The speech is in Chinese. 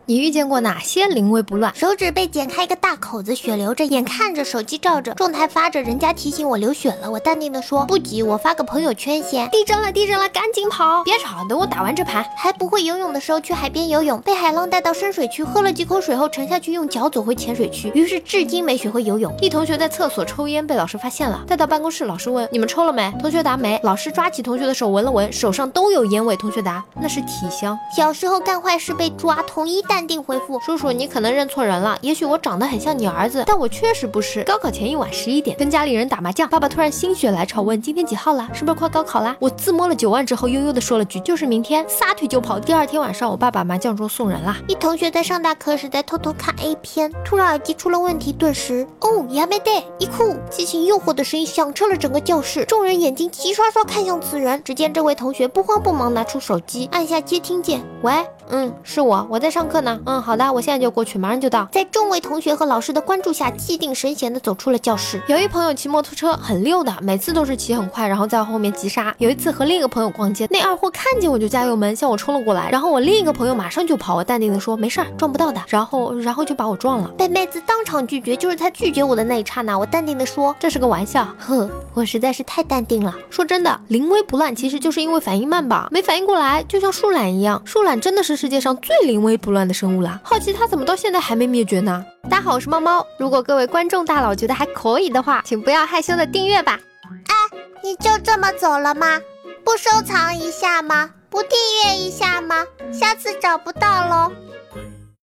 你遇见过哪些临危不乱？ 手指被剪开一个大口子，血流着，眼看着手机照着，状态发着，人家提醒我流血了，我淡定的说不急，我发个朋友圈先。 地震了，地震了，赶紧跑！别吵，等我打完这盘。 还不会游泳的时候去海边游泳，被海浪带到深水区，喝了几口水后沉下去，用脚走回浅水区，于是至今没学会游泳。 一同学在厕所抽烟被老师发现了，带到办公室，老师问你们抽了没？同学答没。老师抓起同学的手闻了闻，手上都有烟味。同学答那是体香。 小时候干坏事被抓，统一淡定回复叔叔，你可能认错人了，也许我长得很像你儿子，但我确实不是。高考前一晚11点，跟家里人打麻将，爸爸突然心血来潮问今天几号了，是不是快高考啦？我自摸了9万之后，悠悠的说了句就是明天，撒腿就跑。第二天晚上，我爸把麻将桌送人啦。 一同学在上大课时在偷偷看 A 片，突然耳机出了问题，顿时やめて一哭，激情诱惑的声音响彻了整个教室，众人眼睛齐刷刷看向此人。只见这位同学不慌不忙拿出手机，按下接听键，喂， 是我在上课呢。好的，我现在就过去，马上就到。 在众位同学和老师的关注下，气定神闲地走出了教室。 有一朋友骑摩托车很溜的，每次都是骑很快，然后在后面急刹。有一次和另一个朋友逛街，那二货看见我就加油门向我冲了过来，然后我另一个朋友马上就跑，我淡定的说没事儿，撞不到的。然后就把我撞了， 被妹子当场拒绝。就是他拒绝我的那一刹那，我淡定的说这是个玩笑。 我实在是太淡定了。 说真的，临危不乱其实就是因为反应慢吧，没反应过来，就像树懒一样。树懒真的是世界上最临危不乱的生物啦，好奇它怎么到现在还没灭绝呢？大家好，我是猫猫。如果各位观众大佬觉得还可以的话，请不要害羞的订阅吧。 你就这么走了吗？不收藏一下吗？不订阅一下吗？下次找不到咯。